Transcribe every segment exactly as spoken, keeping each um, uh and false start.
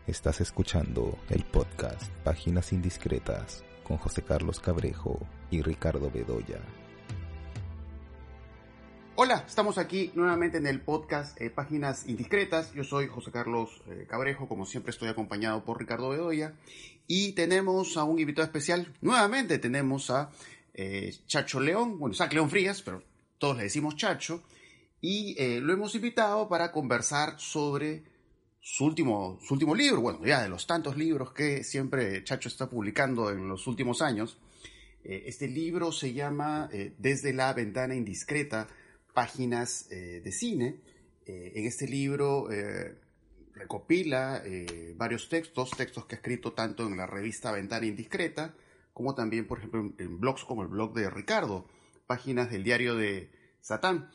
Estás escuchando el podcast Páginas Indiscretas con José Carlos Cabrejo y Ricardo Bedoya. Hola, estamos aquí nuevamente en el podcast eh, Páginas Indiscretas. Yo soy José Carlos eh, Cabrejo, como siempre estoy acompañado por Ricardo Bedoya. Y tenemos a un invitado especial. Nuevamente tenemos a eh, Chacho León, bueno, Isaac León Frías, pero todos le decimos Chacho. Y eh, lo hemos invitado para conversar sobre su último, su último libro, bueno, ya de los tantos libros que siempre Chacho está publicando en los últimos años. Eh, este libro se llama eh, Desde la Ventana Indiscreta, Páginas eh, de Cine. Eh, en este libro eh, recopila eh, varios textos, textos que ha escrito tanto en la revista Ventana Indiscreta, como también, por ejemplo, en, en blogs como el blog de Ricardo, Páginas del Diario de Satán.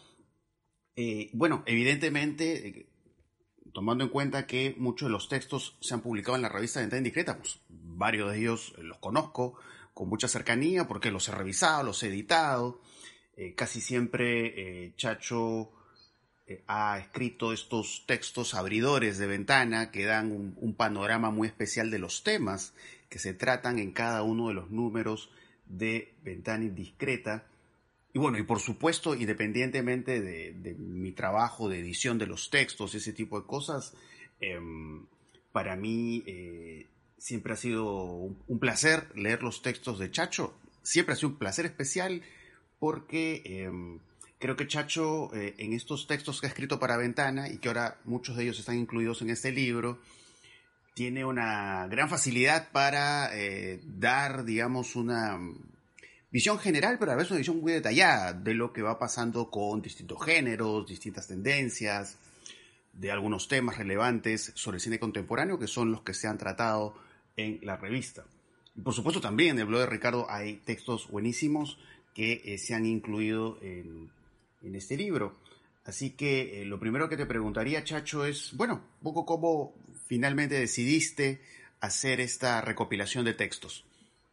Eh, bueno, evidentemente, eh, tomando en cuenta que muchos de los textos se han publicado en la revista Ventana Indiscreta, pues varios de ellos los conozco con mucha cercanía porque los he revisado, los he editado. Eh, casi siempre eh, Chacho eh, ha escrito estos textos abridores de ventana que dan un, un panorama muy especial de los temas que se tratan en cada uno de los números de Ventana Indiscreta. Y bueno, y por supuesto, independientemente de, de mi trabajo de edición de los textos, ese tipo de cosas, eh, para mí eh, siempre ha sido un, un placer leer los textos de Chacho. Siempre ha sido un placer especial porque eh, creo que Chacho, eh, en estos textos que ha escrito para Ventana, y que ahora muchos de ellos están incluidos en este libro, tiene una gran facilidad para eh, dar, digamos, una visión general, pero a veces una visión muy detallada de lo que va pasando con distintos géneros, distintas tendencias, de algunos temas relevantes sobre el cine contemporáneo, que son los que se han tratado en la revista. Y por supuesto también en el blog de Ricardo hay textos buenísimos que eh, se han incluido en, en este libro. Así que eh, lo primero que te preguntaría, Chacho, es, bueno, un poco cómo finalmente decidiste hacer esta recopilación de textos.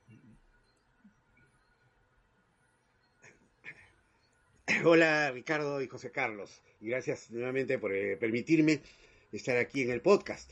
Hola Ricardo y José Carlos, y gracias nuevamente por eh, permitirme estar aquí en el podcast.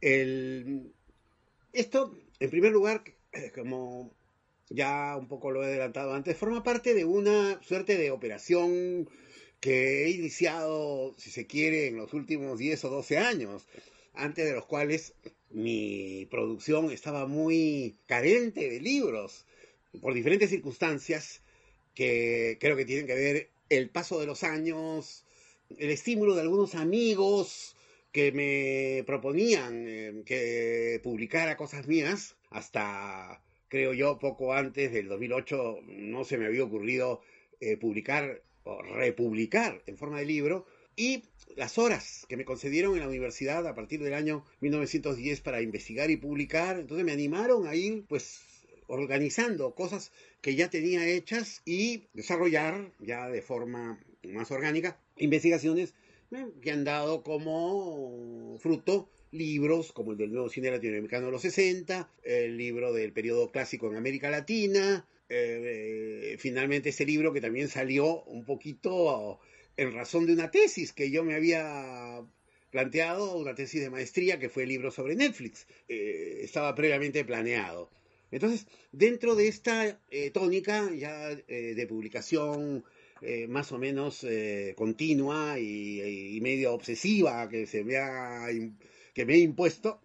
El, esto, en primer lugar, como ya un poco lo he adelantado antes, forma parte de una suerte de operación que he iniciado, si se quiere, en los últimos diez o doce años, antes de los cuales mi producción estaba muy carente de libros, por diferentes circunstancias que creo que tienen que ver el paso de los años, el estímulo de algunos amigos que me proponían eh, que publicara cosas mías. Hasta, creo yo, poco antes del dos mil ocho no se me había ocurrido eh, publicar o republicar en forma de libro. Y las horas que me concedieron en la universidad a partir del año mil novecientos diez para investigar y publicar, entonces me animaron a ir, pues, organizando cosas que ya tenía hechas y desarrollar ya de forma más orgánica investigaciones eh, que han dado como fruto libros como el del nuevo cine latinoamericano de los sesenta, el libro del periodo clásico en América Latina, eh, eh, finalmente ese libro que también salió un poquito en razón de una tesis que yo me había planteado, una tesis de maestría que fue el libro sobre Netflix. Eh, estaba previamente planeado. Entonces, dentro de esta eh, tónica ya eh, de publicación eh, más o menos eh, continua y, y medio obsesiva que, se me ha, que me he impuesto,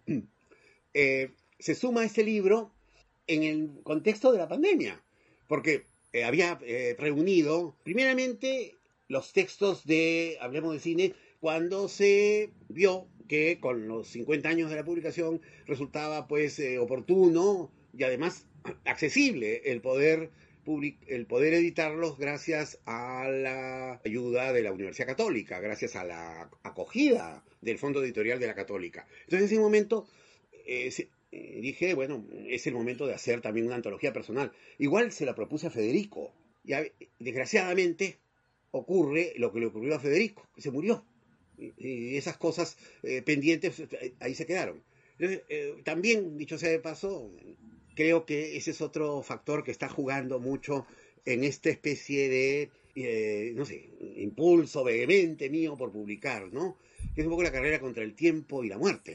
eh, se suma este libro en el contexto de la pandemia, porque eh, había eh, reunido primeramente los textos de Hablemos de Cine cuando se vio que con los cincuenta años de la publicación resultaba pues eh, oportuno y además accesible el poder, public- el poder editarlos gracias a la ayuda de la Universidad Católica, gracias a la acogida del Fondo Editorial de la Católica. Entonces en ese momento eh, se, eh, dije, bueno, es el momento de hacer también una antología personal. Igual se la propuse a Federico. Y a, desgraciadamente ocurre lo que le ocurrió a Federico, que se murió. Y, y esas cosas eh, pendientes ahí se quedaron. Entonces, eh, también, dicho sea de paso, creo que ese es otro factor que está jugando mucho en esta especie de, eh, no sé, impulso vehemente mío por publicar, ¿no? Que es un poco la carrera contra el tiempo y la muerte.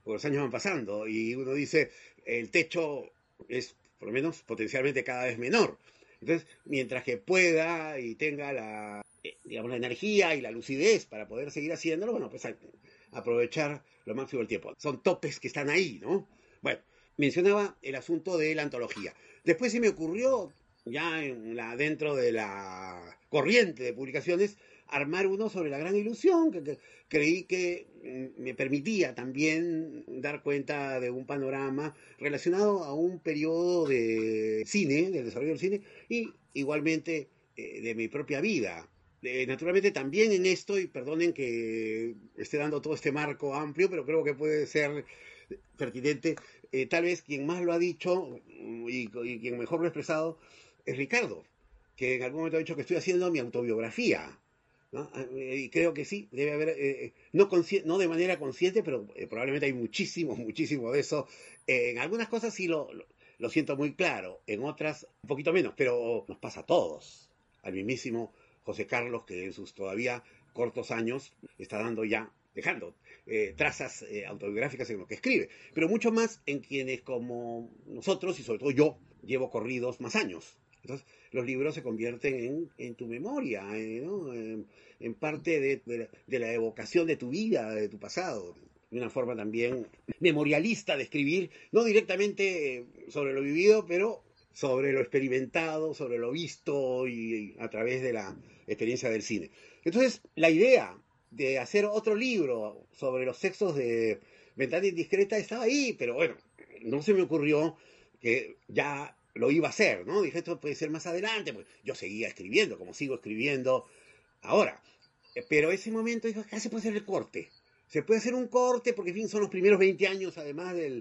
porque los años van pasando y uno dice, el techo es por lo menos potencialmente cada vez menor. Entonces, mientras que pueda y tenga la, eh, digamos, la energía y la lucidez para poder seguir haciéndolo, bueno, pues a, aprovechar lo máximo del tiempo. Son topes que están ahí, ¿no? Bueno, mencionaba el asunto de la antología. Después se me ocurrió, ya en la, dentro de la corriente de publicaciones, armar uno sobre la gran ilusión, que, que creí que me permitía también dar cuenta de un panorama relacionado a un periodo de cine, del desarrollo del cine, y igualmente eh, de mi propia vida. Eh, naturalmente también en esto, y perdonen que esté dando todo este marco amplio, pero creo que puede ser pertinente, eh, tal vez quien más lo ha dicho y, y quien mejor lo ha expresado es Ricardo, que en algún momento ha dicho que estoy haciendo mi autobiografía, ¿no? Y creo que sí, debe haber, eh, no, no de manera consciente, pero eh, probablemente hay muchísimo, muchísimo de eso. Eh, en algunas cosas sí lo, lo, lo siento muy claro, en otras un poquito menos, pero nos pasa a todos. Al mismísimo José Carlos, que en sus todavía cortos años está dando ya, dejando eh, trazas eh, autobiográficas en lo que escribe, pero mucho más en quienes como nosotros, y sobre todo yo, llevo corridos más años. Entonces, los libros se convierten en, en tu memoria, eh, ¿no? en, en parte de, de, la, de la evocación de tu vida, de tu pasado. De una forma también memorialista de escribir, no directamente sobre lo vivido, pero sobre lo experimentado, sobre lo visto y, y a través de la experiencia del cine. Entonces, la idea de hacer otro libro sobre los sexos de Ventana Indiscreta estaba ahí, pero bueno, no se me ocurrió que ya lo iba a hacer, ¿no? Dije, esto puede ser más adelante, pues yo seguía escribiendo, como sigo escribiendo ahora. Pero ese momento dije, acá se puede hacer el corte. Se puede hacer un corte, porque en fin, son los primeros veinte años, además del,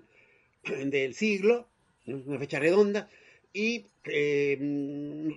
del siglo, una fecha redonda, y eh,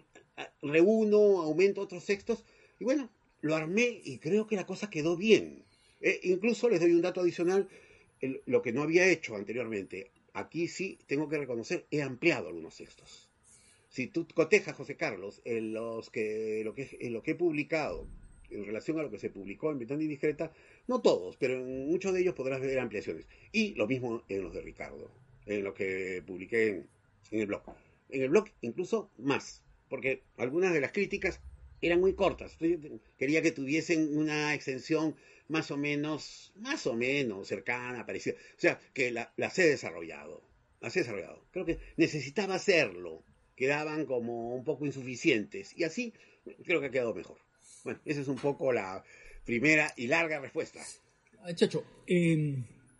reúno, aumento otros textos, y bueno, lo armé y creo que la cosa quedó bien. Eh, incluso les doy un dato adicional, el, lo que no había hecho anteriormente. Aquí sí, tengo que reconocer, he ampliado algunos textos. Si tú cotejas, José Carlos, en, los que, lo que, en lo que he publicado, en relación a lo que se publicó en Ventana Indiscreta, no todos, pero en muchos de ellos podrás ver ampliaciones. Y lo mismo en los de Ricardo, en lo que publiqué en, en el blog. En el blog incluso más, porque algunas de las críticas eran muy cortas. Quería que tuviesen una extensión más o menos, más o menos cercana, parecida. O sea, que la, las he desarrollado. Las he desarrollado. Creo que necesitaba hacerlo. Quedaban como un poco insuficientes. Y así creo que ha quedado mejor. Bueno, esa es un poco la primera y larga respuesta. Chacho, eh,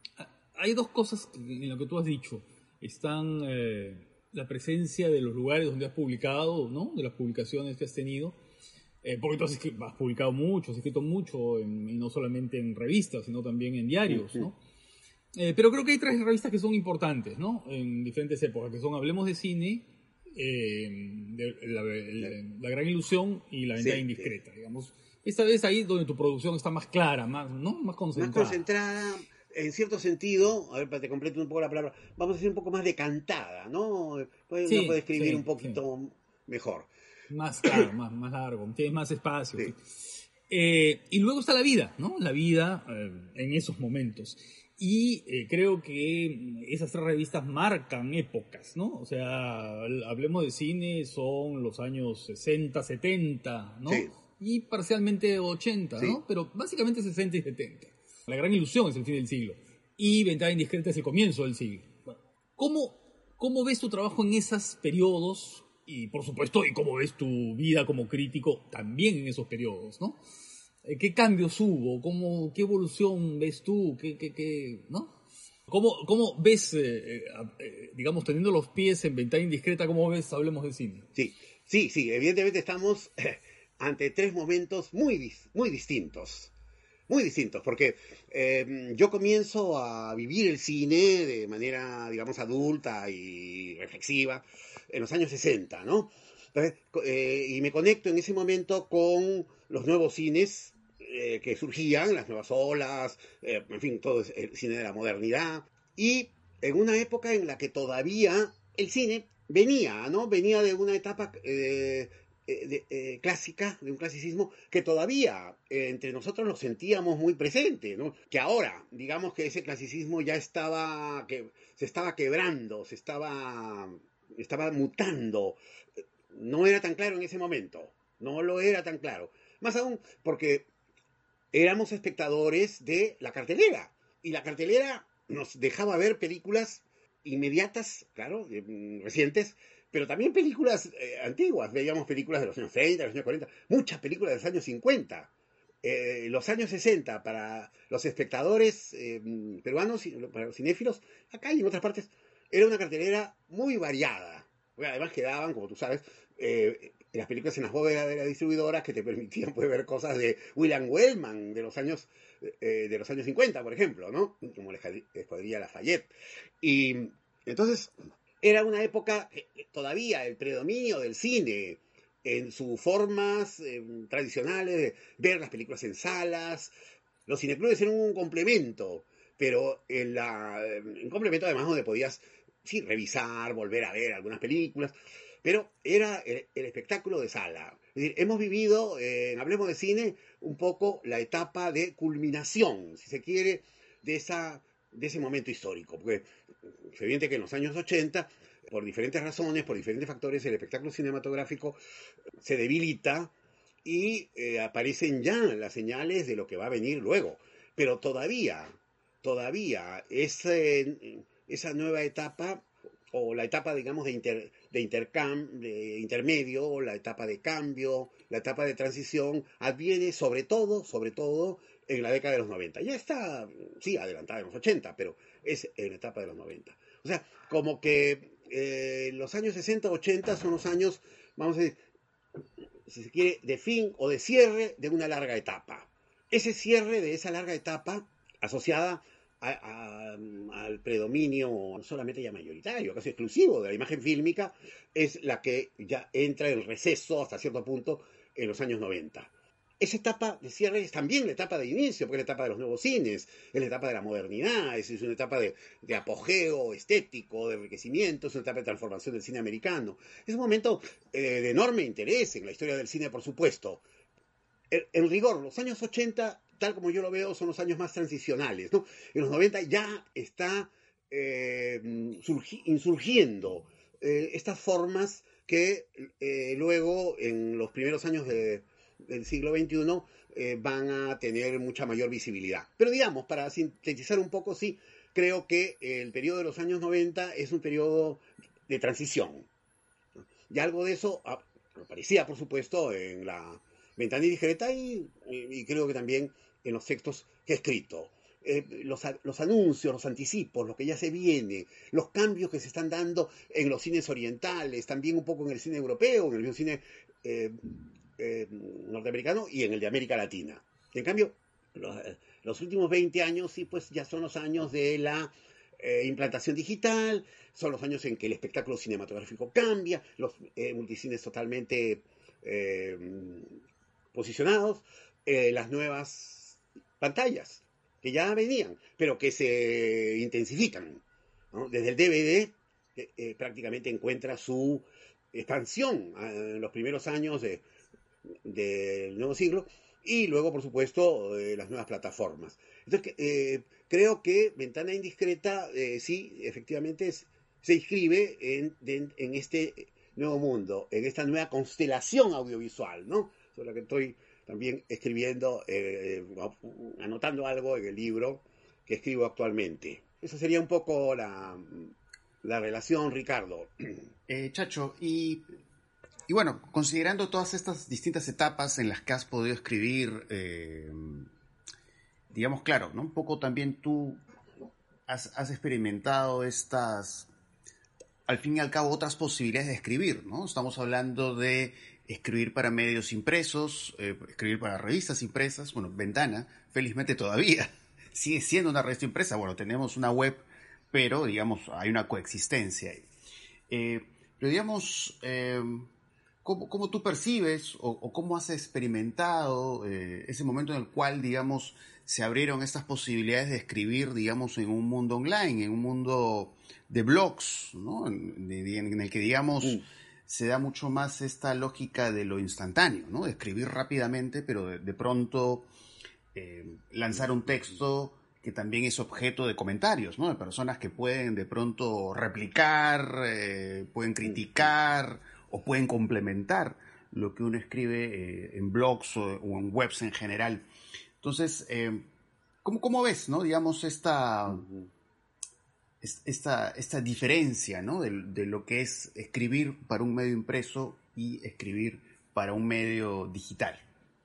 hay dos cosas en lo que tú has dicho. Están eh, la presencia de los lugares donde has publicado, ¿no? De las publicaciones que has tenido. Eh, porque tú has, has publicado mucho, has escrito mucho, en, y no solamente en revistas, sino también en diarios, ¿no? Eh, pero creo que hay tres revistas que son importantes, ¿no? En diferentes épocas, que son Hablemos de Cine, eh, de, la, la, la Gran Ilusión y La Ventana sí, Indiscreta, sí. Digamos. Esta vez ahí donde tu producción está más clara, más, ¿no? Más concentrada. Más concentrada, en cierto sentido, a ver, para que te complete un poco la palabra, vamos a decir un poco más decantada, ¿no? Puede, sí, uno puede escribir sí, un poquito sí. mejor. Más claro, más, más largo, tienes más espacio. Sí. Eh, y luego está la vida, ¿no? La vida eh, en esos momentos. Y eh, creo que esas tres revistas marcan épocas, ¿no? O sea, Hablemos de Cine son los años sesenta, setenta, ¿no? Sí. Y parcialmente ochenta, sí. ¿no? Pero básicamente sesenta y setenta. La Gran Ilusión es el fin del siglo. Y Ventana Indiscreta es el comienzo del siglo. Bueno, ¿cómo, cómo ves tu trabajo en esos periodos? Y por supuesto, y cómo ves tu vida como crítico también en esos periodos, ¿no? ¿Qué cambios hubo? ¿Cómo, ¿Qué evolución ves tú? ¿Qué, qué, qué, ¿no? ¿Cómo, cómo ves, eh, eh, digamos, teniendo los pies en Ventana Indiscreta, cómo ves Hablemos de Cine? Sí, sí, sí, evidentemente estamos eh, ante tres momentos muy, muy distintos. Muy distintos, porque eh, yo comienzo a vivir el cine de manera, digamos, adulta y reflexiva en los años sesenta, ¿no? Entonces, eh, y me conecto en ese momento con los nuevos cines eh, que surgían, las nuevas olas, eh, en fin, todo el cine de la modernidad, y en una época en la que todavía el cine venía, ¿no? Venía de una etapa eh, eh, de, eh, clásica, de un clasicismo que todavía eh, entre nosotros lo sentíamos muy presente, ¿no? Que ahora, digamos que ese clasicismo ya estaba, que se estaba quebrando, se estaba, estaba mutando. No era tan claro en ese momento, no lo era tan claro. Más aún porque éramos espectadores de la cartelera, y la cartelera nos dejaba ver películas inmediatas, claro, eh, recientes, pero también películas eh, antiguas. Veíamos películas de los años treinta, de los años cuarenta, muchas películas de los años cincuenta. Eh, los años sesenta, para los espectadores eh, peruanos, para los cinéfilos, acá y en otras partes, era una cartelera muy variada. Bueno, además quedaban, como tú sabes, eh, las películas en las bóvedas de las distribuidoras que te permitían pues, ver cosas de William Wellman de los años eh, de los años cincuenta, por ejemplo, ¿no? Como la Escuadrilla Lafayette. Y entonces era una época que todavía el predominio del cine en sus formas eh, tradicionales de ver las películas en salas. Los cineclubes eran un complemento, pero en, la, en complemento además donde podías sí, revisar, volver a ver algunas películas, pero era el, el espectáculo de sala. Es decir, hemos vivido, eh, en Hablemos de Cine, un poco la etapa de culminación, si se quiere, de, esa, de ese momento histórico, porque es evidente que en los años ochenta, por diferentes razones, por diferentes factores, el espectáculo cinematográfico se debilita y eh, aparecen ya las señales de lo que va a venir luego. Pero todavía, todavía ese, esa nueva etapa, o la etapa, digamos, de, inter, de, intercam, de intermedio, o la etapa de cambio, la etapa de transición, adviene sobre todo, sobre todo, en la década de los noventa. Ya está, sí, adelantada en los ochenta, pero es en la etapa de los noventa. O sea, como que eh, los años sesenta, ochenta son los años, vamos a decir, si se quiere, de fin o de cierre de una larga etapa. Ese cierre de esa larga etapa, asociada a, a, al predominio no solamente ya mayoritario, casi exclusivo de la imagen fílmica, es la que ya entra en receso hasta cierto punto en los años noventa. Esa etapa de cierre es también la etapa de inicio, porque es la etapa de los nuevos cines, es la etapa de la modernidad, es, es una etapa de, de apogeo estético, de enriquecimiento, es una etapa de transformación del cine americano. Es un momento eh, de enorme interés en la historia del cine, por supuesto. En, en rigor, los años ochenta, tal como yo lo veo, son los años más transicionales, ¿no? En los noventa ya está eh, surgi, insurgiendo eh, estas formas que eh, luego, en los primeros años de del siglo veintiuno eh, van a tener mucha mayor visibilidad. Pero digamos, para sintetizar un poco, sí, creo que el periodo de los años noventa es un periodo de transición. Y algo de eso aparecía, por supuesto, en la Ventana Indiscreta y, y creo que también en los textos que he escrito. Eh, los, los anuncios, los anticipos, lo que ya se viene, los cambios que se están dando en los cines orientales, también un poco en el cine europeo, en el cine eh, Eh, norteamericano y en el de América Latina. En cambio, los, los últimos veinte años sí, pues ya son los años de la eh, implantación digital, son los años en que el espectáculo cinematográfico cambia, los eh, multicines totalmente eh, posicionados, eh, las nuevas pantallas que ya venían, pero que se intensifican, ¿no? Desde el D V D eh, eh, prácticamente encuentra su expansión eh, en los primeros años de del nuevo siglo, y luego, por supuesto, eh, las nuevas plataformas. Entonces, eh, creo que Ventana Indiscreta, eh, sí, efectivamente, es, se inscribe en, de, en este nuevo mundo, en esta nueva constelación audiovisual, ¿no? Sobre la que estoy también escribiendo, eh, anotando algo en el libro que escribo actualmente. Esa sería un poco la, la relación, Ricardo. Eh, Chacho, y... Y bueno, considerando todas estas distintas etapas en las que has podido escribir, eh, digamos, claro, ¿no? Un poco también tú has, has experimentado estas, al fin y al cabo, otras posibilidades de escribir, ¿no? Estamos hablando de escribir para medios impresos, eh, escribir para revistas impresas. Bueno, Ventana, felizmente todavía sigue siendo una revista impresa. Bueno, tenemos una web, pero, digamos, hay una coexistencia ahí. Eh, pero, digamos... Eh, ¿Cómo, ¿Cómo tú percibes o, o cómo has experimentado eh, ese momento en el cual, digamos, se abrieron estas posibilidades de escribir, digamos, en un mundo online, en un mundo de blogs, ¿no? En, de, en el que, digamos, mm. se da mucho más esta lógica de lo instantáneo, ¿no? De escribir rápidamente, pero de, de pronto eh, lanzar un texto que también es objeto de comentarios, ¿no? De personas que pueden de pronto replicar, eh, pueden criticar o pueden complementar lo que uno escribe eh, en blogs o, o en webs en general. Entonces, eh, ¿cómo, ¿cómo ves, no? Digamos, esta, esta, esta diferencia, ¿no? De, de lo que es escribir para un medio impreso y escribir para un medio digital.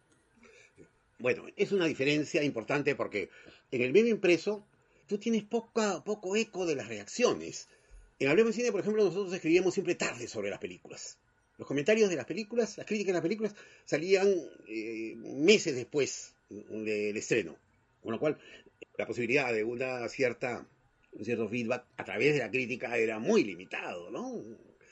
Bueno, es una diferencia importante porque en el medio impreso tú tienes poca, poco eco de las reacciones. En Hablemos de Cine, por ejemplo, nosotros escribíamos siempre tarde sobre las películas. Los comentarios de las películas, las críticas de las películas, salían eh, meses después del estreno. Con lo cual, la posibilidad de una cierta, un cierto feedback a través de la crítica era muy limitado, ¿no?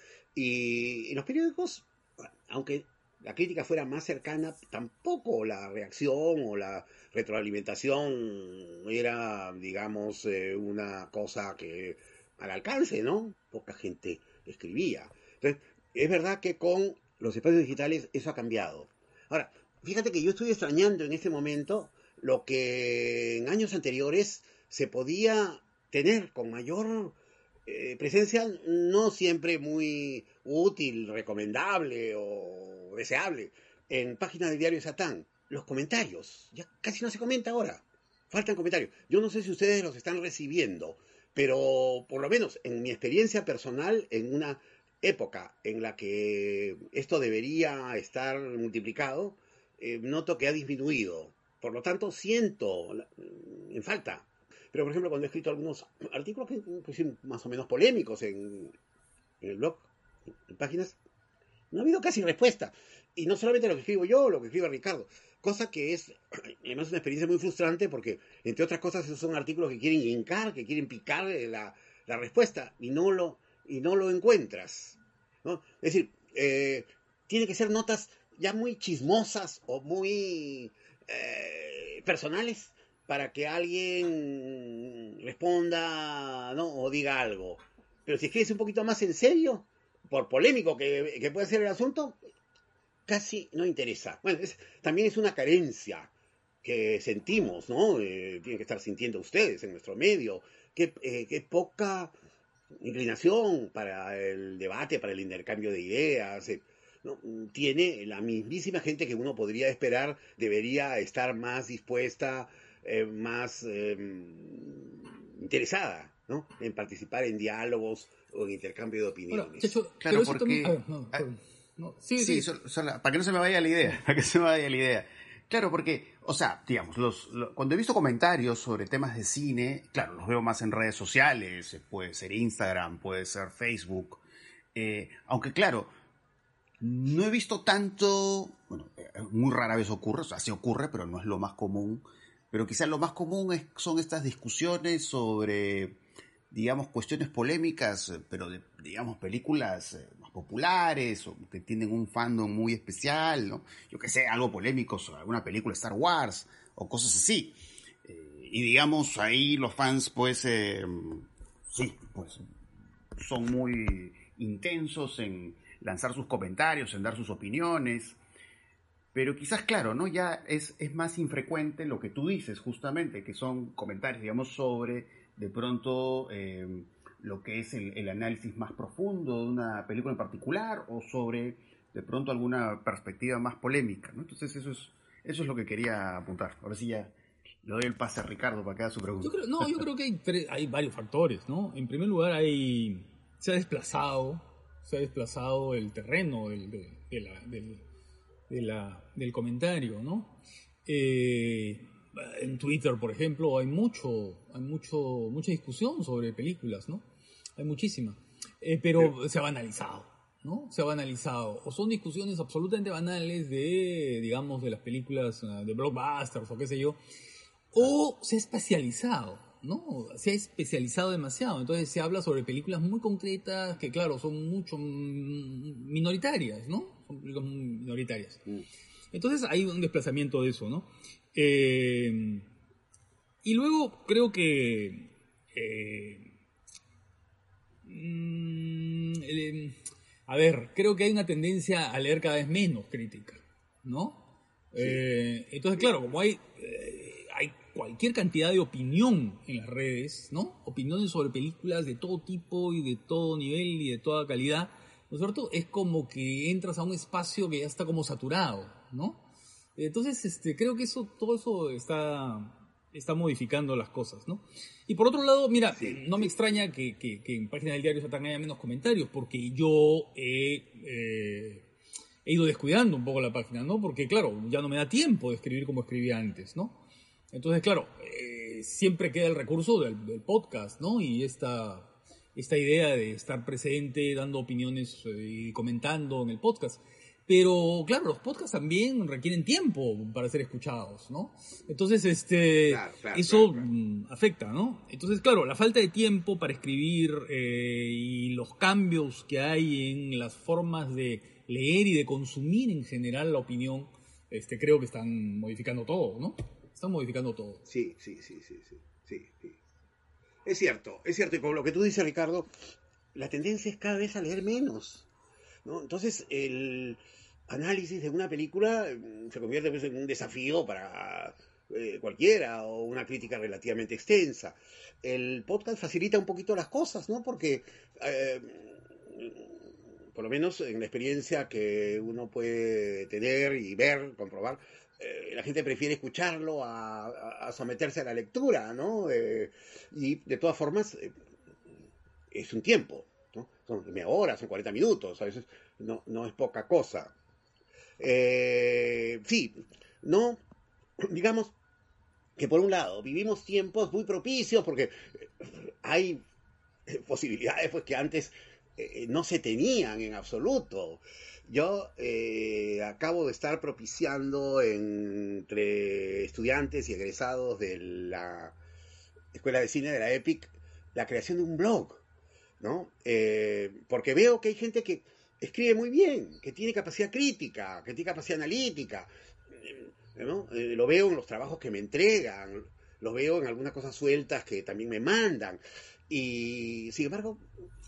Y en los periódicos, aunque la crítica fuera más cercana, tampoco la reacción o la retroalimentación era, digamos, eh, una cosa que al alcance, ¿no? Poca gente escribía. Entonces, es verdad que con los espacios digitales eso ha cambiado. Ahora, fíjate que yo estoy extrañando en este momento lo que en años anteriores se podía tener con mayor eh, presencia, no siempre muy útil, recomendable o deseable, en páginas del diario Satán. Los comentarios, ya casi no se comenta ahora, faltan comentarios. Yo no sé si ustedes los están recibiendo, pero por lo menos en mi experiencia personal, en una época en la que esto debería estar multiplicado, eh, noto que ha disminuido. Por lo tanto, siento en falta. Pero, por ejemplo, cuando he escrito algunos artículos que, que son más o menos polémicos en, en el blog, en páginas, no ha habido casi respuesta. Y no solamente lo que escribo yo, lo que escribe Ricardo. Cosa que es, además, una experiencia muy frustrante porque, entre otras cosas, esos son artículos que quieren hincar, que quieren picar la, la respuesta y no lo, y no lo encuentras, ¿no? Es decir, eh, tiene que ser notas ya muy chismosas o muy eh, personales para que alguien responda, ¿no? O diga algo. Pero si escribes un poquito más en serio, por polémico que, que puede ser el asunto, casi no interesa. Bueno, es, también es una carencia que sentimos, ¿no? Eh, tienen que estar sintiendo ustedes en nuestro medio, que, eh, que poca inclinación para el debate, para el intercambio de ideas, eh, ¿no? Tiene la mismísima gente que uno podría esperar, debería estar más dispuesta, eh, más eh, interesada, ¿no? En participar en diálogos o en intercambio de opiniones. Ahora, Checho, claro, pero eso porque... también... a ver, no, ah, no, sí, sí, sí. so- so- para que no se me vaya la idea, para que se me vaya la idea. Claro, porque, o sea, digamos, los, lo- cuando he visto comentarios sobre temas de cine, claro, los veo más en redes sociales, eh, puede ser Instagram, puede ser Facebook, eh, aunque claro, no he visto tanto, bueno, eh, muy rara vez ocurre, o sea, sí ocurre, pero no es lo más común, pero quizás lo más común es- son estas discusiones sobre, digamos, cuestiones polémicas, eh, pero de, digamos, películas eh, más populares o que tienen un fandom muy especial, ¿no? Yo que sé, algo polémico sobre alguna película de Star Wars o cosas así. Eh, y digamos, ahí los fans, pues, eh, sí, pues, son muy intensos en lanzar sus comentarios, en dar sus opiniones. Pero quizás, claro, ¿no? Ya es, es más infrecuente lo que tú dices, justamente, que son comentarios, digamos, sobre, de pronto, eh, lo que es el, el análisis más profundo de una película en particular, o sobre, de pronto, alguna perspectiva más polémica, ¿no? Entonces, eso es, eso es lo que quería apuntar. Ahora sí ya le doy el pase a Ricardo para que haga su pregunta. Yo creo, no, yo creo que hay, tres- hay varios factores, ¿no? En primer lugar, hay, se ha desplazado, se ha desplazado el terreno del, de, de la, del, de la- del comentario, ¿no? Eh, en Twitter, por ejemplo, hay mucho, hay mucho, mucha discusión sobre películas, ¿no? Hay muchísima, Eh, pero se ha banalizado, ¿no? Se ha banalizado. O son discusiones absolutamente banales de, digamos, de las películas eh, de blockbusters o qué sé yo, o se ha especializado, ¿no? Se ha especializado demasiado. Entonces se habla sobre películas muy concretas que, claro, son mucho mm, minoritarias, ¿no? Son películas muy minoritarias. Entonces hay un desplazamiento de eso, ¿no? Eh, y luego creo que... eh, mm, el, a ver, creo que hay una tendencia a leer cada vez menos crítica, ¿no? Sí. Eh, entonces, claro, como hay, eh, hay cualquier cantidad de opinión en las redes, ¿no? Opiniones sobre películas de todo tipo y de todo nivel y de toda calidad, ¿no es cierto? Es como que entras a un espacio que ya está como saturado, ¿no? Entonces, este, creo que eso, todo eso está, está modificando las cosas, ¿no? Y por otro lado, mira, sí, no me extraña que, que, que en Páginas del Diario Satán haya menos comentarios, porque yo he, eh, he ido descuidando un poco la página, ¿no? Porque, claro, ya no me da tiempo de escribir como escribía antes, ¿no? Entonces, claro, eh, siempre queda el recurso del, del podcast, ¿no? Y esta, esta idea de estar presente, dando opiniones y eh, comentando en el podcast. Pero, claro, los podcasts también requieren tiempo para ser escuchados, ¿no? Entonces, este, claro, claro, eso claro, claro. afecta, ¿no? Entonces, claro, la falta de tiempo para escribir eh, y los cambios que hay en las formas de leer y de consumir en general la opinión, este, creo que están modificando todo, ¿no? Están modificando todo. Sí, sí, sí, sí, sí, sí, sí. Es cierto, es cierto. Y con lo que tú dices, Ricardo, la tendencia es cada vez a leer menos, ¿no? Entonces, el análisis de una película se convierte pues, en un desafío para eh, cualquiera o una crítica relativamente extensa. El podcast facilita un poquito las cosas, ¿no? Porque, eh, por lo menos en la experiencia que uno puede tener y ver, comprobar, eh, la gente prefiere escucharlo a, a, a someterse a la lectura, ¿no? Eh, y de todas formas, eh, es un tiempo, ¿no? Son media hora, son cuarenta minutos, a veces no, no es poca cosa. Eh, sí, no, digamos que por un lado vivimos tiempos muy propicios porque hay posibilidades pues, que antes eh, no se tenían en absoluto. Yo eh, acabo de estar propiciando entre estudiantes y egresados de la Escuela de Cine de la EPIC la creación de un blog, ¿no? Eh, porque veo que hay gente que escribe muy bien, que tiene capacidad crítica, que tiene capacidad analítica, ¿no? Eh, lo veo en los trabajos que me entregan, lo veo en algunas cosas sueltas que también me mandan, y sin embargo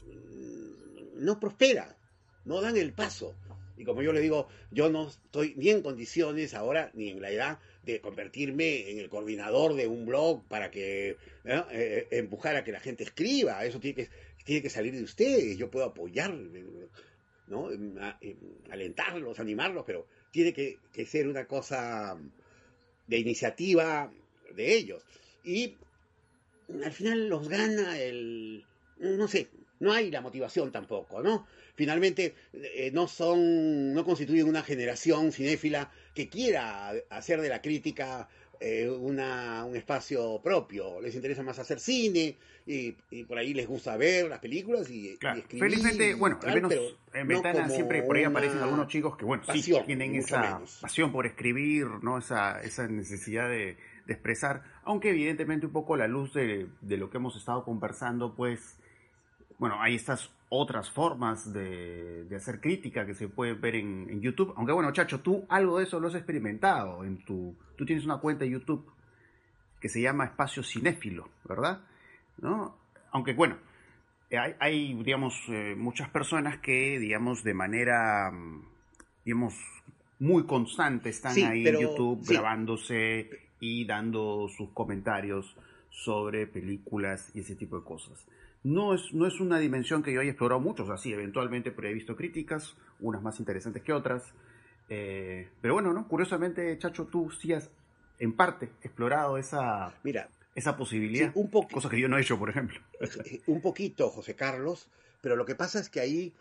no prospera, no dan el paso. Y como yo le digo, yo no estoy ni en condiciones ahora, ni en la edad de convertirme en el coordinador de un blog para que ¿no? eh, empujar a que la gente escriba. Eso tiene que, tiene que salir de ustedes. Yo puedo apoyar, ¿no? Alentarlos, animarlos, pero tiene que, que ser una cosa de iniciativa de ellos. Y al final los gana el... no sé, no hay la motivación tampoco, ¿no? Finalmente eh, no son, no constituyen una generación cinéfila que quiera hacer de la crítica eh, una, un espacio propio. Les interesa más hacer cine y, y por ahí les gusta ver las películas y, claro. y escribir. Felizmente, bueno, tal, al menos en Ventana no siempre por ahí aparecen algunos chicos que, bueno, pasión, sí tienen esa menos. pasión por escribir, ¿no? Esa, esa necesidad de, de expresar, aunque evidentemente un poco a la luz de, de lo que hemos estado conversando, pues, bueno, hay estas otras formas de, de hacer crítica que se pueden ver en, en YouTube. Aunque bueno, Chacho, tú algo de eso lo has experimentado. En tu, tú tienes una cuenta de YouTube que se llama Espacio Cinéfilo, ¿verdad? ¿No? Aunque bueno, hay, hay digamos, eh, muchas personas que, digamos, de manera, digamos, muy constante están sí, ahí pero, en YouTube sí. grabándose y dando sus comentarios sobre películas y ese tipo de cosas. No es, no es una dimensión que yo haya explorado mucho, o sea, sí, eventualmente he visto críticas, unas más interesantes que otras, eh, pero bueno, ¿no? Curiosamente, Chacho, tú sí has, en parte, explorado esa, Mira, esa posibilidad, sí, un poqu- cosa que yo no he hecho, por ejemplo. Un poquito, José Carlos, pero lo que pasa es que ahí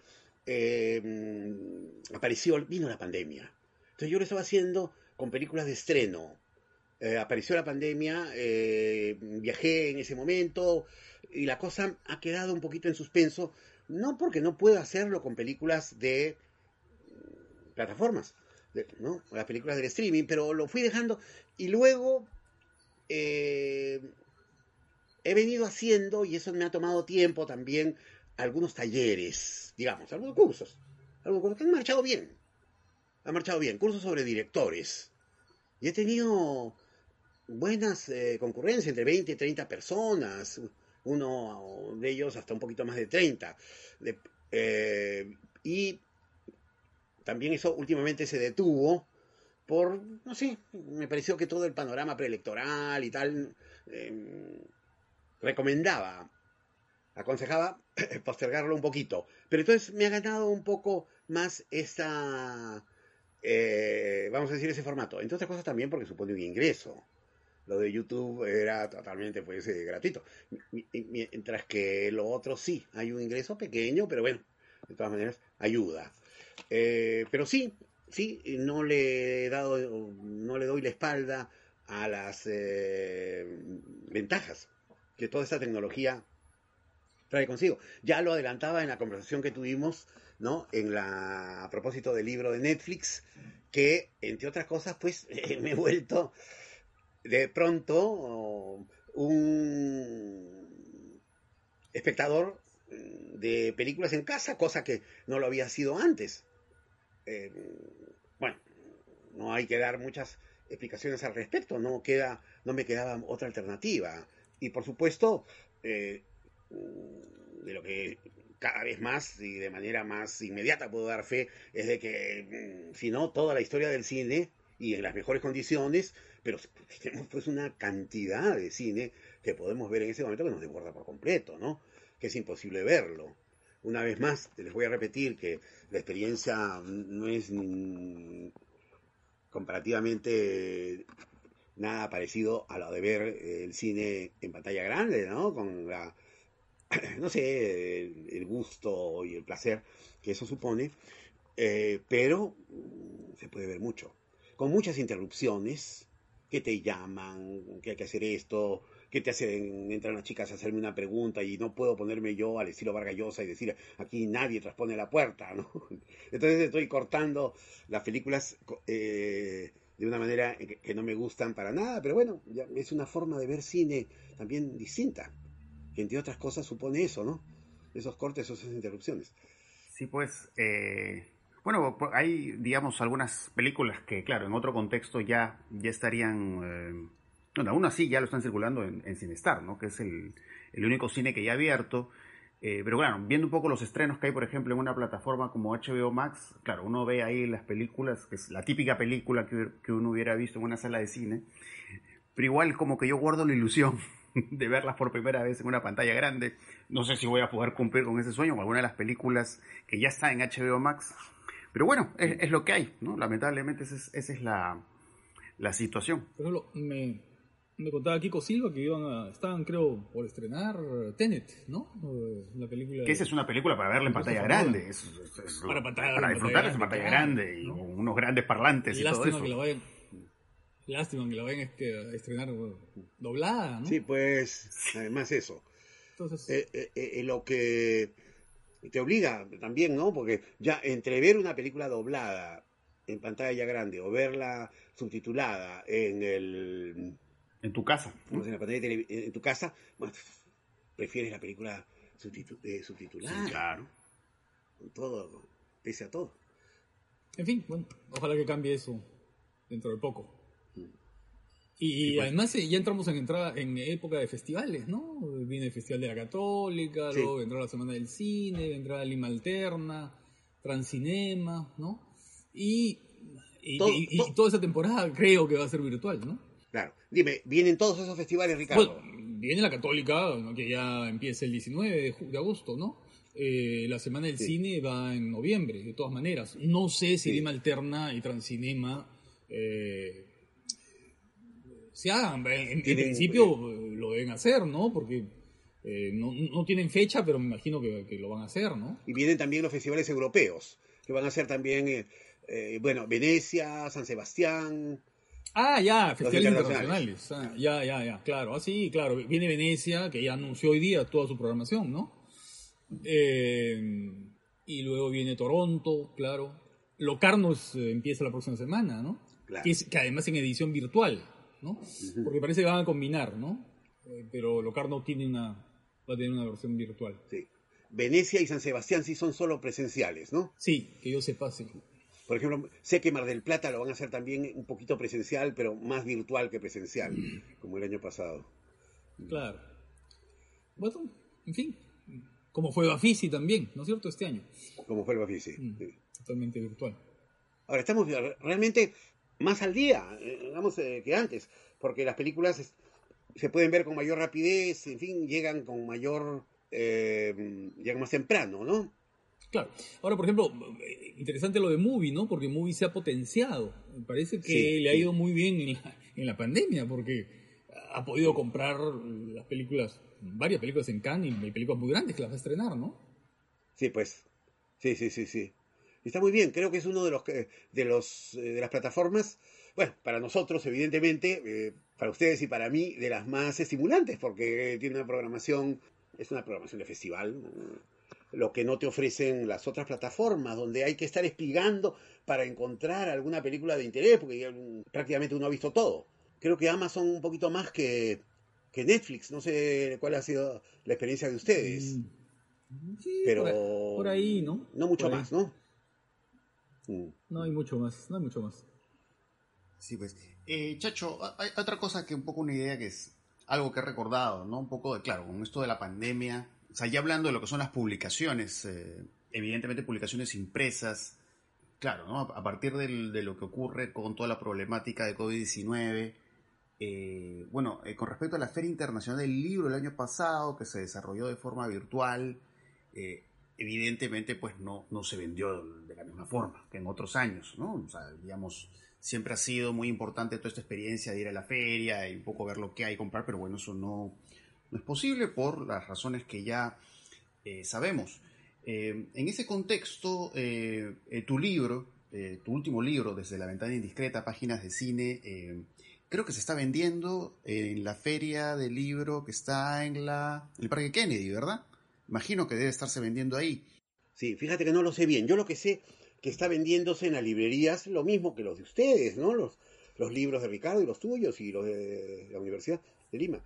eh, apareció, vino la pandemia, entonces yo lo estaba haciendo con películas de estreno. Eh, apareció la pandemia, eh, viajé en ese momento y la cosa ha quedado un poquito en suspenso, no porque no puedo hacerlo con películas de plataformas, de, ¿no? Las películas del streaming, pero lo fui dejando y luego eh, he venido haciendo, y eso me ha tomado tiempo también, algunos talleres, digamos, algunos cursos, algunos cursos que han marchado bien, han marchado bien, cursos sobre directores, y he tenido buenas eh, concurrencias, entre veinte y treinta personas, uno de ellos hasta un poquito más de treinta. De, eh, y también eso últimamente se detuvo por, no sé, me pareció que todo el panorama preelectoral y tal eh, recomendaba, aconsejaba postergarlo un poquito. Pero entonces me ha ganado un poco más esa, eh, vamos a decir, ese formato. Entre otras cosas también porque supone un ingreso. Lo de YouTube era totalmente pues, eh, gratuito. Mientras que lo otro sí, hay un ingreso pequeño, pero bueno, de todas maneras, ayuda. Eh, pero sí, sí, no le he dado, no le doy la espalda a las eh, ventajas que toda esta tecnología trae consigo. Ya lo adelantaba en la conversación que tuvimos, ¿no? En la, a propósito del libro de Netflix, que entre otras cosas, pues eh, me he vuelto de pronto un espectador de películas en casa, cosa que no lo había sido antes. Eh, bueno, no hay que dar muchas explicaciones al respecto, no queda, no me quedaba otra alternativa. Y por supuesto, eh, de lo que cada vez más y de manera más inmediata puedo dar fe, es de que, si no, toda la historia del cine, y en las mejores condiciones, pero tenemos pues una cantidad de cine que podemos ver en ese momento que nos desborda por completo, ¿no? Que es imposible verlo. Una vez más, les voy a repetir que la experiencia no es mm, comparativamente nada parecido a lo de ver el cine en pantalla grande, ¿no? Con la, no sé, el, el gusto y el placer que eso supone, eh, pero se puede ver mucho. Con muchas interrupciones, que te llaman, que hay que hacer esto, que te hacen, entran las chicas a hacerme una pregunta y no puedo ponerme yo al estilo Vargas Llosa y decir, aquí nadie transpone la puerta, ¿no? Entonces estoy cortando las películas eh, de una manera que, que no me gustan para nada, pero bueno, ya es una forma de ver cine también distinta, que entre otras cosas supone eso, ¿no? Esos cortes, esas interrupciones. Sí, pues... Eh... Bueno, hay, digamos, algunas películas que, claro, en otro contexto ya, ya estarían... Eh, bueno, aún así ya lo están circulando en, en Cinestar, ¿no? Que es el, el único cine que ya ha abierto. Eh, pero claro, viendo un poco los estrenos que hay, por ejemplo, en una plataforma como H B O Max, claro, uno ve ahí las películas, que es la típica película que, que uno hubiera visto en una sala de cine. Pero igual como que yo guardo la ilusión de verlas por primera vez en una pantalla grande. No sé si voy a poder cumplir con ese sueño, con alguna de las películas que ya está en H B O Max. Pero bueno, es, es lo que hay, ¿no? Lamentablemente esa es, esa es la, la situación. Por ejemplo, me, me contaba Kiko Silva que iban a, estaban, creo, por estrenar Tenet, ¿no? La película. Que esa es una película para verla en pantalla grande. Es, es, es para pantalla, para disfrutarla en pantalla grande, grande y ¿no? unos grandes parlantes y, y todo eso. Que la vayan, lástima que la vayan este, a estrenar bueno, doblada, ¿no? Sí, pues, además eso. Entonces, eh, eh, eh, lo que te obliga también, ¿no? Porque ya entre ver una película doblada en pantalla grande o verla subtitulada en el... En tu casa. ¿no? En la pantalla de en tu casa, bueno, prefieres la película subtitu eh, subtitulada. Sí, claro. Con todo, pese a todo. En fin, bueno, ojalá que cambie eso dentro de poco. Y, y pues, además ya entramos en entrada en época de festivales, ¿no? Viene el Festival de la Católica, sí. Luego vendrá la Semana del Cine, vendrá Lima Alterna, Transcinema, ¿no? Y, y, todo, y, todo. y toda esa temporada creo que va a ser virtual, ¿no? Claro. Dime, ¿vienen todos esos festivales, Ricardo? Bueno, viene la Católica, ¿no? Que ya empieza el diecinueve de, de agosto, ¿no? Eh, la Semana del sí. Cine va en noviembre, de todas maneras. No sé si sí. Lima Alterna y Transcinema... Eh, se hagan, en, en principio eh, lo deben hacer, ¿no? Porque eh, no, no tienen fecha, pero me imagino que, que lo van a hacer, ¿no? Y vienen también los festivales europeos, que van a ser también, eh, eh, bueno, Venecia, San Sebastián. Ah, ya, festivales internacionales. internacionales. Ah, ya, ya, ya, claro. Ah, sí, claro. Viene Venecia, que ya anunció hoy día toda su programación, ¿no? Eh, y luego viene Toronto, claro. Locarnos eh, empieza la próxima semana, ¿no? Claro. Que, es, que además en edición virtual, ¿no? Uh-huh. Porque parece que van a combinar, ¿no? Eh, pero Locarno tiene una, va a tener una versión virtual. Sí. Venecia y San Sebastián sí son solo presenciales, ¿no? Sí, que yo sepa, sí. Por ejemplo, sé que Mar del Plata lo van a hacer también un poquito presencial, pero más virtual que presencial, como el año pasado. Claro. Bueno, en fin, como fue Bafisi también, ¿no es cierto? Este año. Como fue el Buffy, sí. Mm, sí. Totalmente virtual. Ahora, estamos realmente más al día, digamos, eh, que antes, porque las películas es, se pueden ver con mayor rapidez, en fin, llegan con mayor... Eh, llegan más temprano, ¿no? Claro. Ahora, por ejemplo, interesante lo de Movie, ¿no? Porque Movie se ha potenciado. Me parece que Sí, le ha sí. ido muy bien en la, en la pandemia, porque ha podido comprar las películas, varias películas en Cannes y películas muy grandes que las va a estrenar, ¿no? Sí, pues. Sí, sí, sí, sí. Está muy bien. Creo que es uno de los que- de los eh, de las plataformas, bueno, para nosotros, evidentemente, eh, para ustedes y para mí, de las más estimulantes, porque tiene una programación, es una programación de festival, ¿no? Lo que no te ofrecen las otras plataformas, donde hay que estar espigando para encontrar alguna película de interés, porque ya, mm, prácticamente uno ha visto todo. Creo que Amazon un poquito más que, que Netflix. No sé cuál ha sido la experiencia de ustedes, Mm, sí, pero por ahí, por ahí, ¿no? no mucho Por ahí. más, ¿no? Mm. No hay mucho más, no hay mucho más. Sí, pues. Eh, Chacho, hay otra cosa que un poco una idea que es algo que he recordado, ¿no? Un poco de, claro, con esto de la pandemia, o sea, ya hablando de lo que son las publicaciones, eh, evidentemente publicaciones impresas, claro, ¿no? A, a partir del- de lo que ocurre con toda la problemática de COVID diecinueve, eh, bueno, eh, con respecto a la Feria Internacional del Libro el año pasado, que se desarrolló de forma virtual, eh, evidentemente pues no, no se vendió de la misma forma que en otros años, ¿no? O sea, digamos, siempre ha sido muy importante toda esta experiencia de ir a la feria y un poco ver lo que hay y comprar, pero bueno, eso no, no es posible por las razones que ya eh, sabemos. Eh, en ese contexto, eh, eh, tu libro, eh, tu último libro, Desde la Ventana Indiscreta, Páginas de Cine, eh, creo que se está vendiendo en la feria del libro que está en, la, en el Parque Kennedy, ¿verdad? Imagino que debe estarse vendiendo ahí. Sí, fíjate que no lo sé bien. Yo lo que sé que está vendiéndose en las librerías lo mismo que los de ustedes, ¿no? Los, los libros de Ricardo y los tuyos y los de la Universidad de Lima.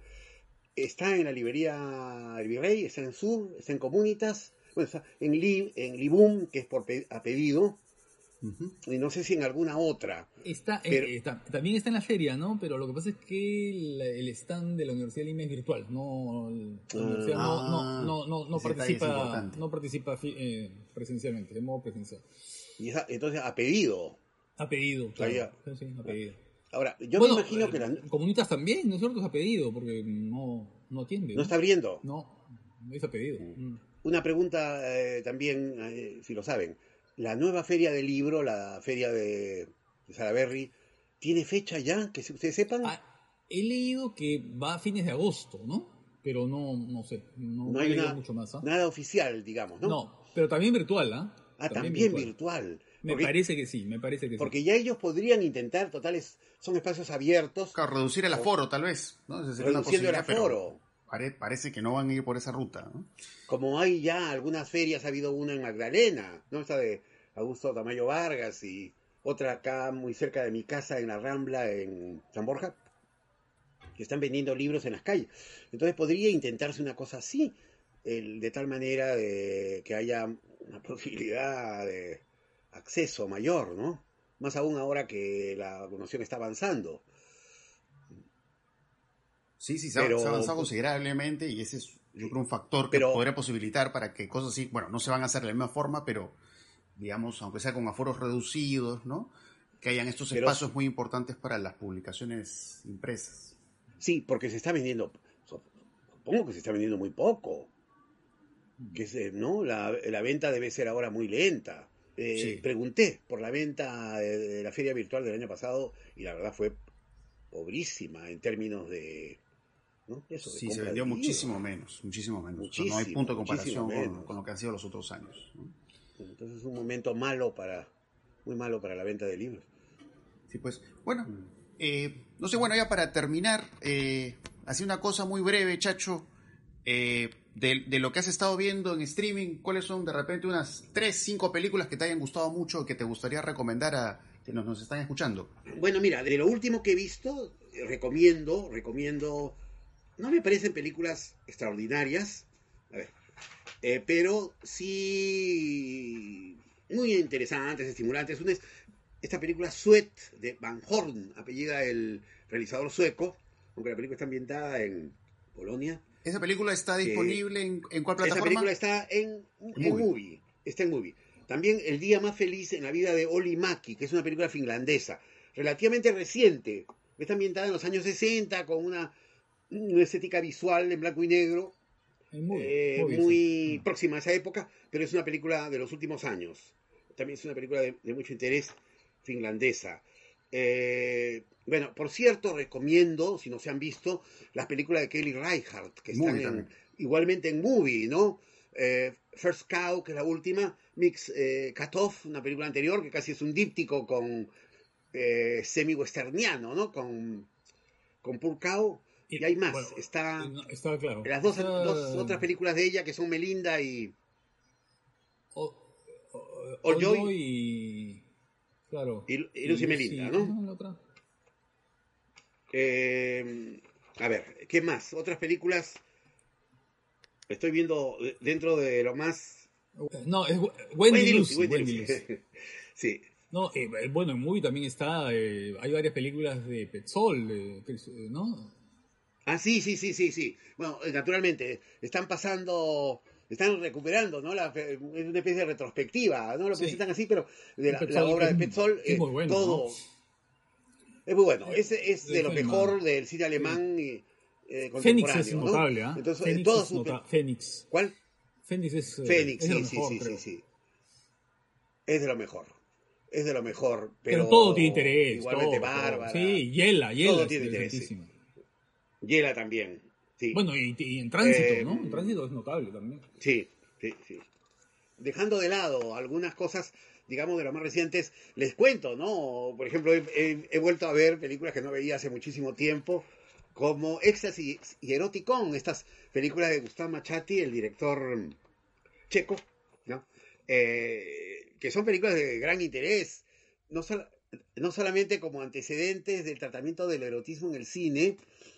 Está en la librería El Virrey, está en Sur, está en Comunitas, bueno, está en, Li, en Libum, que es por pe, a pedido, Uh-huh. y no sé si en alguna otra. Está, Pero- eh, está- también está en la feria, ¿no? Pero lo que pasa es que el, el stand de la Universidad de Lima es virtual, no, la universidad no, no, no, no, no ese detalle es participa, importante. no participa fi- eh, presencialmente, de modo presencial. Y esa, entonces a pedido. Ha pedido, claro. Ahí ya. Sí, sí, ha pedido. Ahora, yo Bueno, me imagino eh, que la- Comunitas también, ¿no es cierto? Es a pedido, porque no, no atiende. no está abriendo. No, es a pedido. Mm. Una pregunta eh, también, eh, si lo saben. La nueva feria del libro, la feria de, de Salaberry, ¿tiene fecha ya? Que ustedes sepan. Ah, he leído que va a fines de agosto, ¿no? Pero no, no sé, no, no he hay leído una- mucho más. ¿Ah? nada oficial, digamos, ¿no? No, pero también virtual, ¿ah? Ah, también, virtual. Me Porque, parece que sí, me parece que porque sí. ya ellos podrían intentar, totales, son espacios abiertos, Claro, reducir el aforo, tal vez, ¿no? Esa sería una reduciendo el posibilidad, pero aforo. pare- parece que no van a ir por esa ruta, ¿no? Como hay ya algunas ferias, ha habido una en Magdalena, ¿no? Esta de Augusto Tamayo Vargas y otra acá muy cerca de mi casa en la Rambla, en San Borja, que están vendiendo libros en las calles. Entonces podría intentarse una cosa así, el- de tal manera de que haya una posibilidad de acceso mayor, ¿no? Más aún ahora que la vacunación está avanzando. Sí, sí, se ha, Pero- se ha avanzado considerablemente y ese es, yo creo, un factor que Pero- podría posibilitar para que cosas así, bueno, no se van a hacer de la misma forma, pero, digamos, aunque sea con aforos reducidos, ¿no? Que hayan estos Pero- espacios muy importantes para las publicaciones impresas. Sí, porque se está vendiendo, supongo que se está vendiendo muy poco. Que se, ¿no? La, la venta debe ser ahora muy lenta. Eh, Sí. Pregunté por la venta de, de la feria virtual del año pasado y la verdad fue pobrísima en términos de... ¿no? Eso, de Sí, se compra vendió de libros. muchísimo menos, muchísimo menos. O sea, no hay Muchísimo, punto de comparación muchísimo con, menos. con lo que han sido los otros años, ¿no? Entonces es un momento malo para, muy malo para la venta de libros. Sí, pues, bueno, eh, no sé, bueno, ya para terminar, eh, así una cosa muy breve, Chacho, eh, de, de lo que has estado viendo en streaming, ¿cuáles son de repente unas tres, cinco películas que te hayan gustado mucho y que te gustaría recomendar a quienes nos están escuchando? Bueno, mira, de lo último que he visto, eh, recomiendo, recomiendo, no me parecen películas extraordinarias, a ver, eh, pero sí muy interesantes, estimulantes. Una es esta película Sweat de Van Horn, apellida el realizador sueco, aunque la película está ambientada en Polonia. ¿Esa película está Que- disponible en, en cuál Esa plataforma? película está en, en Movie. movie. Está en movie. también El día más feliz en la vida de Olli Mäki, que es una película finlandesa, relativamente reciente. Está ambientada en los años sesenta, con una, una estética visual en blanco y negro, muy, eh, muy, muy sí. próxima a esa época, pero es una película de los últimos años. También es una película de, de mucho interés, finlandesa. Eh, bueno, por cierto, recomiendo, si no se han visto, las películas de Kelly Reichardt, que están en, igualmente en Movie, ¿no? Eh, First Cow, que es la última, Mix eh, Cut-Off, una película anterior, que casi es un díptico con eh, semi-westerniano, ¿no? Con, con Poor Cow. Y, y hay más. Bueno, está, no, está claro. Las dos, está... dos otras películas de ella, que son Melinda y... O, o, o Joy y... Claro. Y, y Lucy y Melinda, Lucy, ¿no? ¿no? La otra. Eh, a ver, ¿qué más? Otras películas... Estoy viendo dentro de lo más... No, es Wendy, Wendy Lucy. Wendy Wendy Lucy. Lucy. Sí. No, eh, bueno, en Movie también está... Eh, hay varias películas de Petzol, eh, ¿no? Ah, sí, sí, sí, sí, sí. Bueno, naturalmente, están pasando... Están recuperando, ¿no? La, es una especie de retrospectiva, ¿no? Lo presentan sí. así, pero de la, la obra de Petzol, es muy bueno, todo... ¿no? Es muy bueno. Es, es de lo mejor mal. del cine alemán y, eh, Fénix es notable, ¿ah? ¿no? Entonces, Fénix todo es su... nota... Fénix. ¿Cuál? Fénix es... Fénix, es sí, de sí, mejor, sí, creo. sí, sí. Es de lo mejor. Es de lo mejor, pero... Pero todo tiene interés. Igualmente todo, Bárbara. Todo. Sí, Yela, Yela. Todo tiene interés. Sí. Yela también. Sí. Bueno, y, y en Tránsito, eh, ¿no? En Tránsito es notable también. Sí, sí, sí. Dejando de lado algunas cosas, digamos, de las más recientes, les cuento, ¿no? Por ejemplo, he, he, he vuelto a ver películas que no veía hace muchísimo tiempo, como Éxtasis y Eroticón, estas películas de Gustavo Machati, el director checo, ¿no? Eh, que son películas de gran interés, no, sol, no solamente como antecedentes del tratamiento del erotismo en el cine,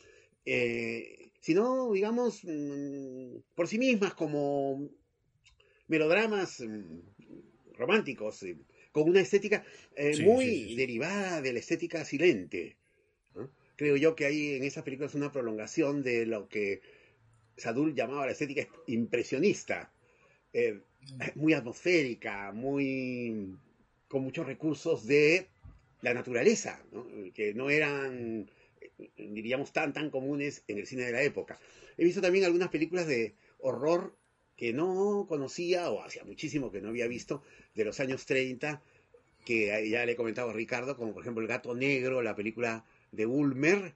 eh, sino, digamos, mmm, por sí mismas como melodramas mmm, románticos, eh, con una estética eh, sí, muy sí, sí, sí. derivada de la estética silente, ¿no? Creo yo que hay en esas películas una prolongación de lo que Sadul llamaba la estética impresionista, eh, muy atmosférica, muy con muchos recursos de la naturaleza, ¿no? Que no eran, diríamos, tan tan comunes en el cine de la época. He visto también algunas películas de horror que no conocía, o hacía muchísimo que no había visto, de los años treinta, que ya le he comentado a Ricardo, como por ejemplo El Gato Negro, la película de Ulmer,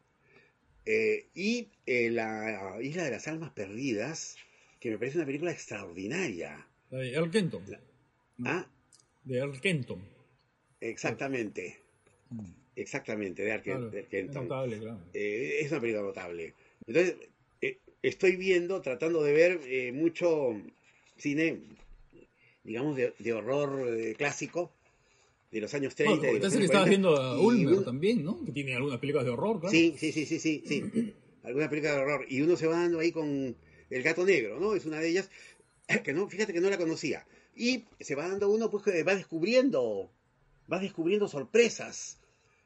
eh, y eh, La Isla de las Almas Perdidas, que me parece una película extraordinaria. La de Earl Kenton. La, ¿Ah? De Earl Kenton. Exactamente. Mm. Exactamente, de Earl claro, Kenton. Es notable, claro. Eh, es una película notable. Entonces, eh, estoy viendo, tratando de ver eh, mucho cine, digamos, de, de horror eh, clásico, de los años treinta. Bueno, entonces que estabas viendo a Ulmer un... también, ¿no? Que tiene algunas películas de horror, claro. Sí, sí, sí, sí, sí, sí. Algunas películas de horror. Y uno se va dando ahí con El Gato Negro, ¿no? Es una de ellas que no, fíjate que no la conocía. Y se va dando uno, pues, que va descubriendo, va descubriendo sorpresas,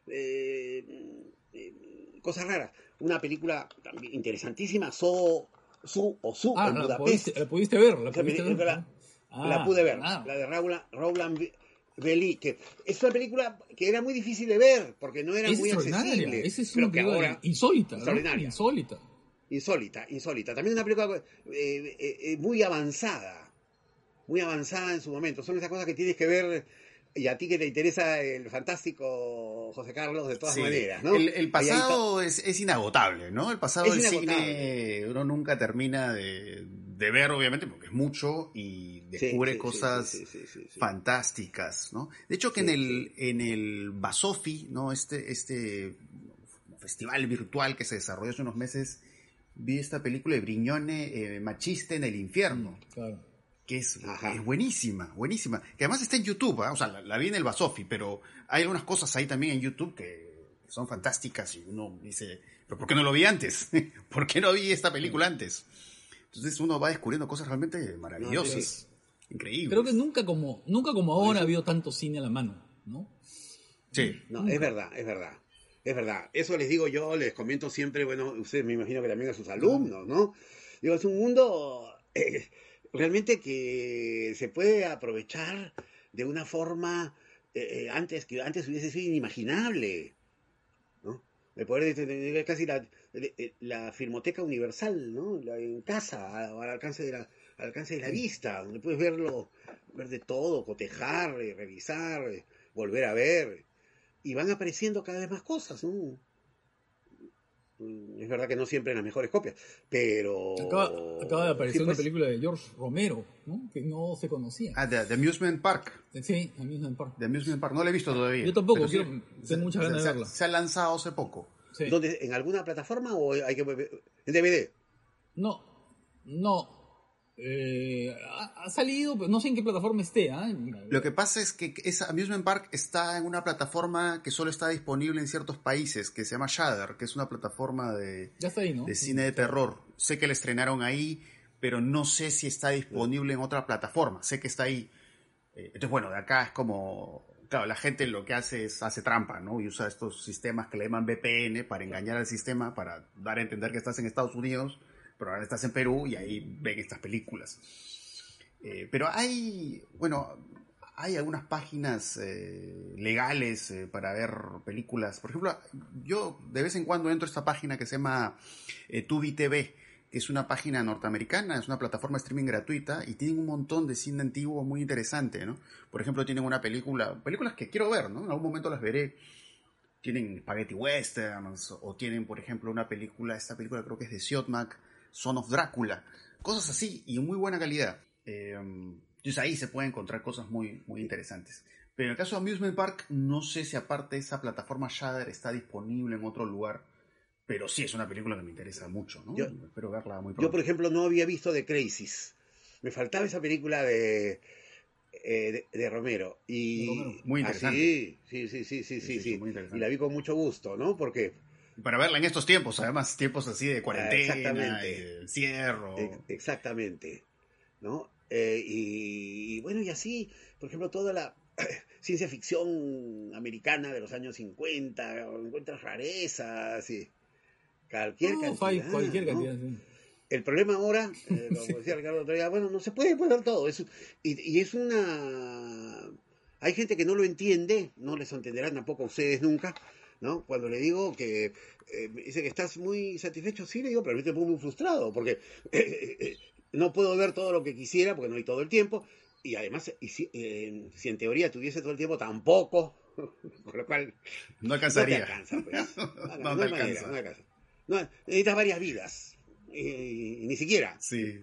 eh, eh, cosas raras. Una película también interesantísima, So, Su o Su, ah, en la Budapest. Pudiste, la pudiste ver, la, pudiste ver? La, ah, la pude ver, ah. la de Roland Belli, que es una película que era muy difícil de ver, porque no era es muy accesible. Esa es una película ahora, insólita, extraordinaria. ¿no? Insólita. Insólita, insólita. También una película eh, eh, muy avanzada, muy avanzada en su momento. Son esas cosas que tienes que ver, y a ti que te interesa el fantástico José Carlos, de todas sí. maneras, ¿no? El, el pasado es, es inagotable, ¿no? El pasado del inagotable. cine uno nunca termina de, de ver, obviamente, porque es mucho y descubre sí, sí, cosas sí, sí, sí, sí, sí. fantásticas, ¿no? De hecho, que sí, en el sí. en el Basofi, ¿no? Este, este festival virtual que se desarrolló hace unos meses, vi esta película de Brignone, eh, Machista en el infierno. Claro. Que es, es buenísima, buenísima. Que además está en YouTube, ¿eh? O sea, la, la vi en el Basofi, pero hay algunas cosas ahí también en YouTube que son fantásticas y uno dice, ¿pero por qué no lo vi antes? ¿Por qué no vi esta película antes? Entonces uno va descubriendo cosas realmente maravillosas, no, sí. increíbles. Creo que nunca como, nunca como ahora ha habido tanto cine a la mano, ¿no? Sí. No, nunca. es verdad, es verdad. Es verdad, eso les digo yo, les comento siempre, bueno, ustedes me imagino que también a sus alumnos, ¿no? Digo, es un mundo eh, realmente que se puede aprovechar de una forma eh, antes que antes hubiese sido inimaginable, ¿no? El poder de tener casi la, la filmoteca universal, ¿no? La, en casa, al alcance de la, al alcance de la vista, donde puedes verlo, ver de todo, cotejar, revisar, volver a ver, y van apareciendo cada vez más cosas, ¿no? Es verdad que no siempre en las mejores copias, pero... Acaba, acaba de aparecer sí, pues, una película de George Romero, ¿no? Que no se conocía. Ah, The, The Amusement Park. Sí, Amusement Park. The Amusement Park. No la he visto todavía. Yo tampoco, pero quiero, sí, tengo se, muchas ganas se, de verla. Se ha lanzado hace poco. Sí. ¿Dónde, ¿En alguna plataforma o hay que en D V D? No, no. Eh, ha, ha salido, pero no sé en qué plataforma esté. ¿eh? Lo que pasa es que esa Amusement Park está en una plataforma que solo está disponible en ciertos países, que se llama Shudder, que es una plataforma de, ya está ahí, ¿no? de cine de terror. Sé que la estrenaron ahí, pero no sé si está disponible en otra plataforma. Sé que está ahí. Entonces, bueno, de acá es como... Claro, la gente lo que hace es hace trampa, ¿no? Y usa estos sistemas que le llaman V P N para engañar al sistema, para dar a entender que estás en Estados Unidos, pero ahora estás en Perú y ahí ven estas películas. Eh, pero hay, bueno, hay algunas páginas eh, legales eh, para ver películas. Por ejemplo, yo de vez en cuando entro a esta página que se llama eh, Tubi T V, que es una página norteamericana, es una plataforma de streaming gratuita y tienen un montón de cine antiguo muy interesante, ¿no? Por ejemplo, tienen una película, películas que quiero ver, ¿no? En algún momento las veré. Tienen spaghetti westerns, o tienen, por ejemplo, una película, esta película creo que es de Siodmak, Son of Drácula, cosas así, y en muy buena calidad. Eh, entonces ahí se pueden encontrar cosas muy, muy interesantes. Pero en el caso de Amusement Park, no sé si aparte de esa plataforma Shudder está disponible en otro lugar, pero sí es una película que me interesa mucho, ¿no? Yo, Espero verla muy pronto. Yo, por ejemplo, no había visto The Crazies. Me faltaba esa película de... Eh, de, de Romero y Romero. Muy interesante. Ah, sí, sí, sí, sí, sí, sí, sí. Y la vi con mucho gusto, ¿no? Porque para verla en estos tiempos, además tiempos así de cuarentena, ah, exactamente. Y de encierro, eh, exactamente, ¿no? Eh, y, y bueno, y así, por ejemplo, toda la ciencia ficción americana de los años cincuenta, encuentras rarezas y cualquier no, cantidad, cualquier ¿no? cantidad, sí. El problema ahora, eh, como decía Ricardo otro día, bueno, no se puede poner todo. Es, y, y es una... Hay gente que no lo entiende, no les entenderán tampoco a ustedes nunca, ¿no? Cuando le digo que... Eh, me dice que estás muy satisfecho, sí, le digo, pero a mí te pongo muy frustrado, porque eh, eh, no puedo ver todo lo que quisiera, porque no hay todo el tiempo, y además, y si, eh, si en teoría tuviese todo el tiempo, tampoco, con lo cual... No alcanzaría. No te alcanza, pues. No, no, no, no hay te manera, alcanza. no alcanza. No, necesitas varias vidas. Y, y ni siquiera. Sí.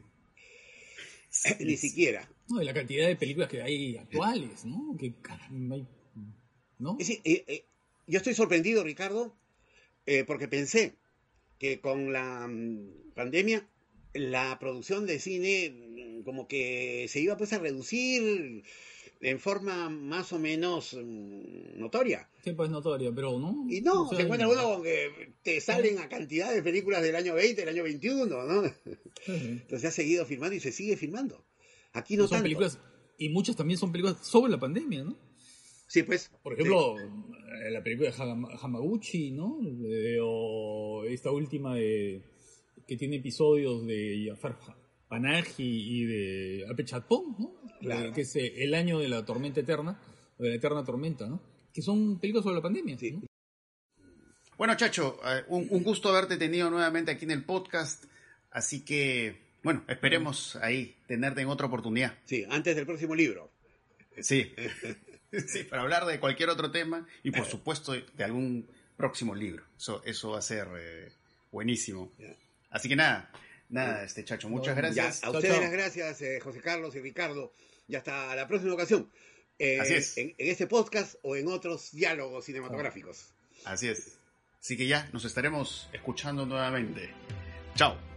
sí ni sí. siquiera. No, y la cantidad de películas que hay actuales, ¿no? Que hay, ¿no? Es decir, eh, eh, yo estoy sorprendido, Ricardo, eh, porque pensé que con la um, pandemia la producción de cine como que se iba pues a reducir en forma más o menos um, notoria. Sí, pues notoria, pero no. Y no, o sea, se encuentra uno con que te salen a cantidad de películas del año veinte, del año veintiuno, ¿no? Sí. Entonces ha seguido filmando y se sigue filmando. Aquí no son tanto. Películas, y muchas también son películas sobre la pandemia, ¿no? Sí, pues. Por ejemplo, sí. la película de Hamaguchi, ¿no? De, o esta última de, que tiene episodios de Jafar Panahi y de Ape Chatpong, ¿no? Claro. De, que es el año de la tormenta eterna, o de la eterna tormenta, ¿no? Que son películas sobre la pandemia. Sí. ¿no? Bueno, Chacho, un, un gusto haberte tenido nuevamente aquí en el podcast, así que, bueno, esperemos ahí tenerte en otra oportunidad. Sí, antes del próximo libro. Sí, sí, para hablar de cualquier otro tema y por supuesto de algún próximo libro. Eso, eso va a ser eh, buenísimo. Así que nada, nada, este Chacho, muchas ya, gracias. a ustedes las gracias, eh, José Carlos y Ricardo, y hasta la próxima ocasión. Eh, Así es. En, en este podcast o en otros diálogos cinematográficos. Así es. Así que ya nos estaremos escuchando nuevamente. Chao.